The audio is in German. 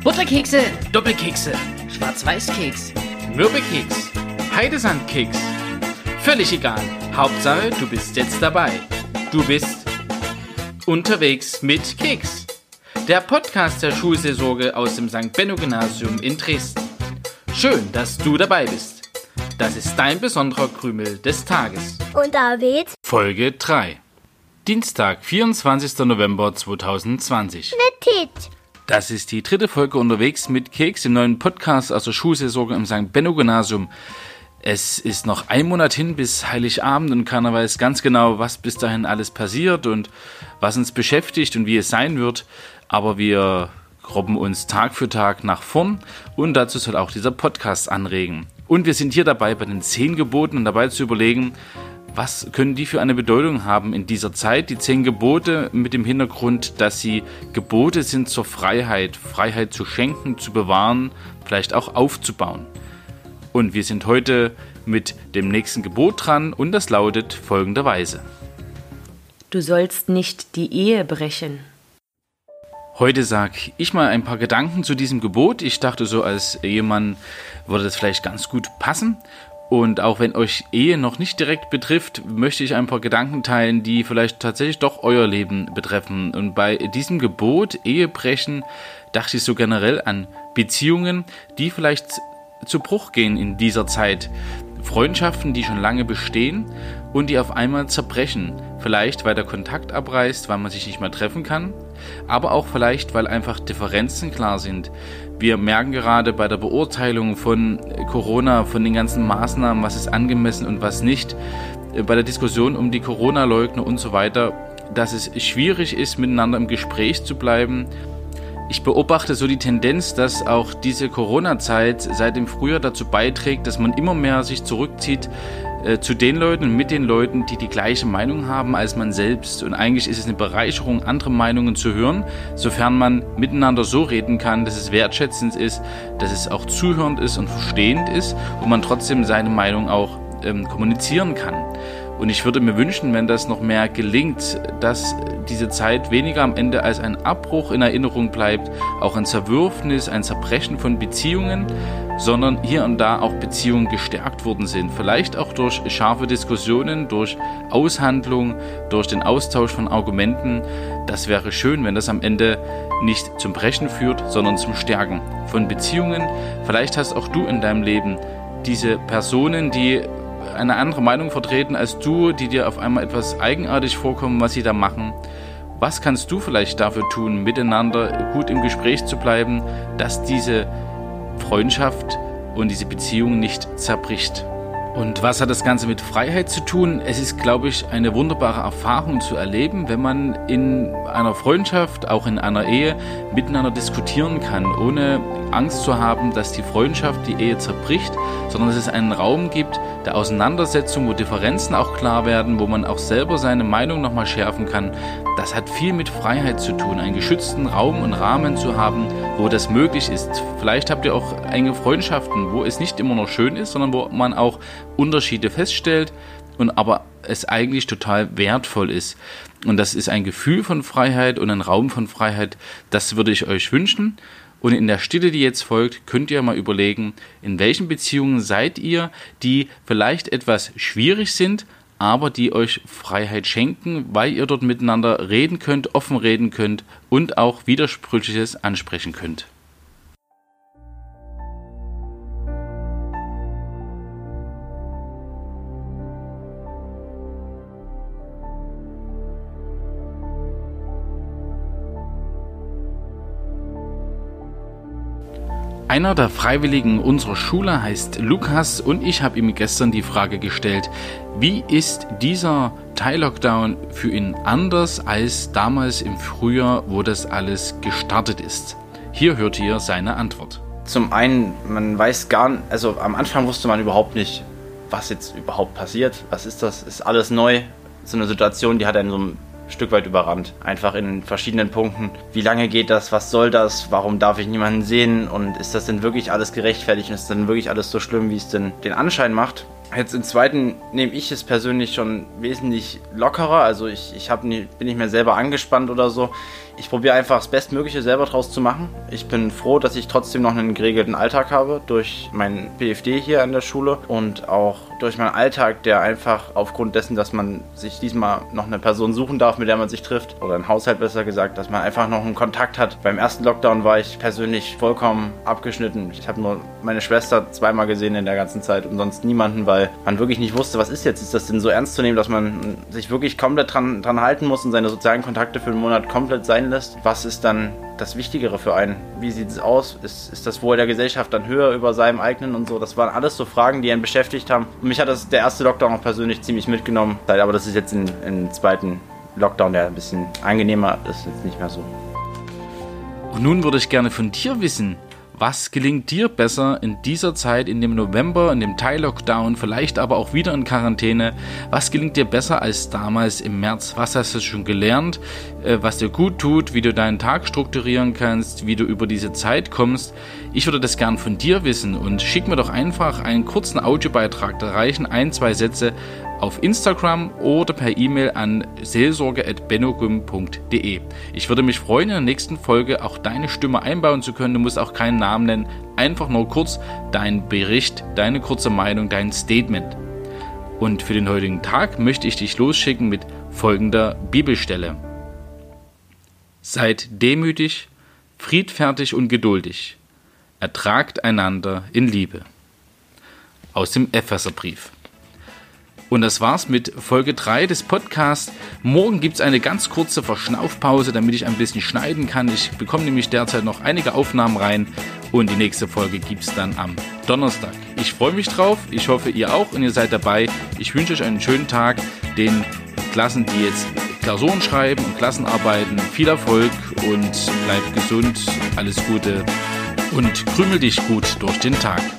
Butterkekse, Doppelkekse, Schwarz-Weiß-Keks, Mürbekeks, Heidesandkeks. Völlig egal. Hauptsache, du bist jetzt dabei. Du bist unterwegs mit Keks. Der Podcast der Schulseelsorge aus dem St. Benno Gymnasium in Dresden. Schön, dass du dabei bist. Das ist dein besonderer Krümel des Tages. Und David? Folge 3. Dienstag, 24. November 2020. Mit Tit. Das ist die dritte Folge unterwegs mit Keks, im neuen Podcast aus der Schulseelsorge im St. Benno Gymnasium. Es ist noch ein Monat hin bis Heiligabend und keiner weiß ganz genau, was bis dahin alles passiert und was uns beschäftigt und wie es sein wird. Aber wir robben uns Tag für Tag nach vorn und dazu soll auch dieser Podcast anregen. Und wir sind hier dabei bei den 10 Geboten und dabei zu überlegen, was können die für eine Bedeutung haben in dieser Zeit? Die 10 Gebote mit dem Hintergrund, dass sie Gebote sind zur Freiheit. Freiheit zu schenken, zu bewahren, vielleicht auch aufzubauen. Und wir sind heute mit dem nächsten Gebot dran und das lautet folgenderweise. Du sollst nicht die Ehe brechen. Heute sage ich mal ein paar Gedanken zu diesem Gebot. Ich dachte, so als Ehemann würde das vielleicht ganz gut passen. Und auch wenn euch Ehe noch nicht direkt betrifft, möchte ich ein paar Gedanken teilen, die vielleicht tatsächlich doch euer Leben betreffen. Und bei diesem Gebot, Ehebrechen, dachte ich so generell an Beziehungen, die vielleicht zu Bruch gehen in dieser Zeit. Freundschaften, die schon lange bestehen und die auf einmal zerbrechen. Vielleicht, weil der Kontakt abreißt, weil man sich nicht mehr treffen kann, aber auch vielleicht, weil einfach Differenzen klar sind. Wir merken gerade bei der Beurteilung von Corona, von den ganzen Maßnahmen, was ist angemessen und was nicht, bei der Diskussion um die Corona-Leugner und so weiter, dass es schwierig ist, miteinander im Gespräch zu bleiben. Ich beobachte so die Tendenz, dass auch diese Corona-Zeit seit dem Frühjahr dazu beiträgt, dass man immer mehr sich zurückzieht zu den Leuten und mit den Leuten, die die gleiche Meinung haben als man selbst. Und eigentlich ist es eine Bereicherung, andere Meinungen zu hören, sofern man miteinander so reden kann, dass es wertschätzend ist, dass es auch zuhörend ist und verstehend ist und man trotzdem seine Meinung auch kommunizieren kann. Und ich würde mir wünschen, wenn das noch mehr gelingt, dass diese Zeit weniger am Ende als ein Abbruch in Erinnerung bleibt, auch ein Zerwürfnis, ein Zerbrechen von Beziehungen, sondern hier und da auch Beziehungen gestärkt worden sind. Vielleicht auch durch scharfe Diskussionen, durch Aushandlung, durch den Austausch von Argumenten. Das wäre schön, wenn das am Ende nicht zum Brechen führt, sondern zum Stärken von Beziehungen. Vielleicht hast auch du in deinem Leben diese Personen, die eine andere Meinung vertreten als du, die dir auf einmal etwas eigenartig vorkommen, was sie da machen. Was kannst du vielleicht dafür tun, miteinander gut im Gespräch zu bleiben, dass diese Freundschaft und diese Beziehung nicht zerbricht? Und was hat das Ganze mit Freiheit zu tun? Es ist, glaube ich, eine wunderbare Erfahrung zu erleben, wenn man in einer Freundschaft, auch in einer Ehe, miteinander diskutieren kann, ohne Angst zu haben, dass die Freundschaft die Ehe zerbricht, sondern dass es einen Raum gibt der Auseinandersetzung, wo Differenzen auch klar werden, wo man auch selber seine Meinung nochmal schärfen kann. Das hat viel mit Freiheit zu tun, einen geschützten Raum und Rahmen zu haben, wo das möglich ist. Vielleicht habt ihr auch enge Freundschaften, wo es nicht immer noch schön ist, sondern wo man auch Unterschiede feststellt und aber es eigentlich total wertvoll ist. Und das ist ein Gefühl von Freiheit und ein Raum von Freiheit, das würde ich euch wünschen. Und in der Stille, die jetzt folgt, könnt ihr mal überlegen, in welchen Beziehungen seid ihr, die vielleicht etwas schwierig sind, aber die euch Freiheit schenken, weil ihr dort miteinander reden könnt, offen reden könnt und auch Widersprüchliches ansprechen könnt. Einer der Freiwilligen unserer Schule heißt Lukas und ich habe ihm gestern die Frage gestellt, wie ist dieser Teil-Lockdown für ihn anders als damals im Frühjahr, wo das alles gestartet ist? Hier hört ihr seine Antwort. Zum einen, man weiß gar nicht, also am Anfang wusste man überhaupt nicht, was jetzt überhaupt passiert. Was ist das? Ist alles neu? So eine Situation, die hat einen so ein Stück weit überrannt. Einfach in verschiedenen Punkten. Wie lange geht das? Was soll das? Warum darf ich niemanden sehen? Und ist das denn wirklich alles gerechtfertigt? Und ist denn wirklich alles so schlimm, wie es denn den Anschein macht? Jetzt im zweiten nehme ich es persönlich schon wesentlich lockerer. Also bin nicht mehr selber angespannt oder so. Ich probiere einfach das Bestmögliche selber draus zu machen. Ich bin froh, dass ich trotzdem noch einen geregelten Alltag habe durch meinen BFD hier an der Schule und auch durch meinen Alltag, der einfach aufgrund dessen, dass man sich diesmal noch eine Person suchen darf, mit der man sich trifft, oder einen Haushalt besser gesagt, dass man einfach noch einen Kontakt hat. Beim ersten Lockdown war ich persönlich vollkommen abgeschnitten. Ich habe nur meine Schwester zweimal gesehen in der ganzen Zeit und sonst niemanden, weil man wirklich nicht wusste, was ist jetzt? Ist das denn so ernst zu nehmen, dass man sich wirklich komplett dran halten muss und seine sozialen Kontakte für einen Monat komplett sein lässt? Was ist dann das Wichtigere für einen? Wie sieht es aus? Ist das Wohl der Gesellschaft dann höher über seinem eigenen und so? Das waren alles so Fragen, die einen beschäftigt haben. Und mich hat der erste Lockdown auch persönlich ziemlich mitgenommen. Aber das ist jetzt im zweiten Lockdown, der ein bisschen angenehmer ist, jetzt nicht mehr so. Und nun würde ich gerne von dir wissen, was gelingt dir besser in dieser Zeit, in dem November, in dem Teil-Lockdown, vielleicht aber auch wieder in Quarantäne? Was gelingt dir besser als damals im März? Was hast du schon gelernt, was dir gut tut, wie du deinen Tag strukturieren kannst, wie du über diese Zeit kommst? Ich würde das gern von dir wissen und schick mir doch einfach einen kurzen Audiobeitrag. Da reichen 1-2 Sätze auf Instagram oder per E-Mail an seelsorge@bennogym.de. Ich würde mich freuen, in der nächsten Folge auch deine Stimme einbauen zu können. Du musst auch keinen Namen nennen, einfach nur kurz deinen Bericht, deine kurze Meinung, dein Statement. Und für den heutigen Tag möchte ich dich losschicken mit folgender Bibelstelle. Seid demütig, friedfertig und geduldig. Ertragt einander in Liebe. Aus dem Epheserbrief. Und das war's mit Folge 3 des Podcasts. Morgen gibt's eine ganz kurze Verschnaufpause, damit ich ein bisschen schneiden kann. Ich bekomme nämlich derzeit noch einige Aufnahmen rein und die nächste Folge gibt's dann am Donnerstag. Ich freue mich drauf, ich hoffe ihr auch und ihr seid dabei. Ich wünsche euch einen schönen Tag, den Klassen, die jetzt Klausuren schreiben und Klassenarbeiten, viel Erfolg und bleibt gesund, alles Gute und krümel dich gut durch den Tag.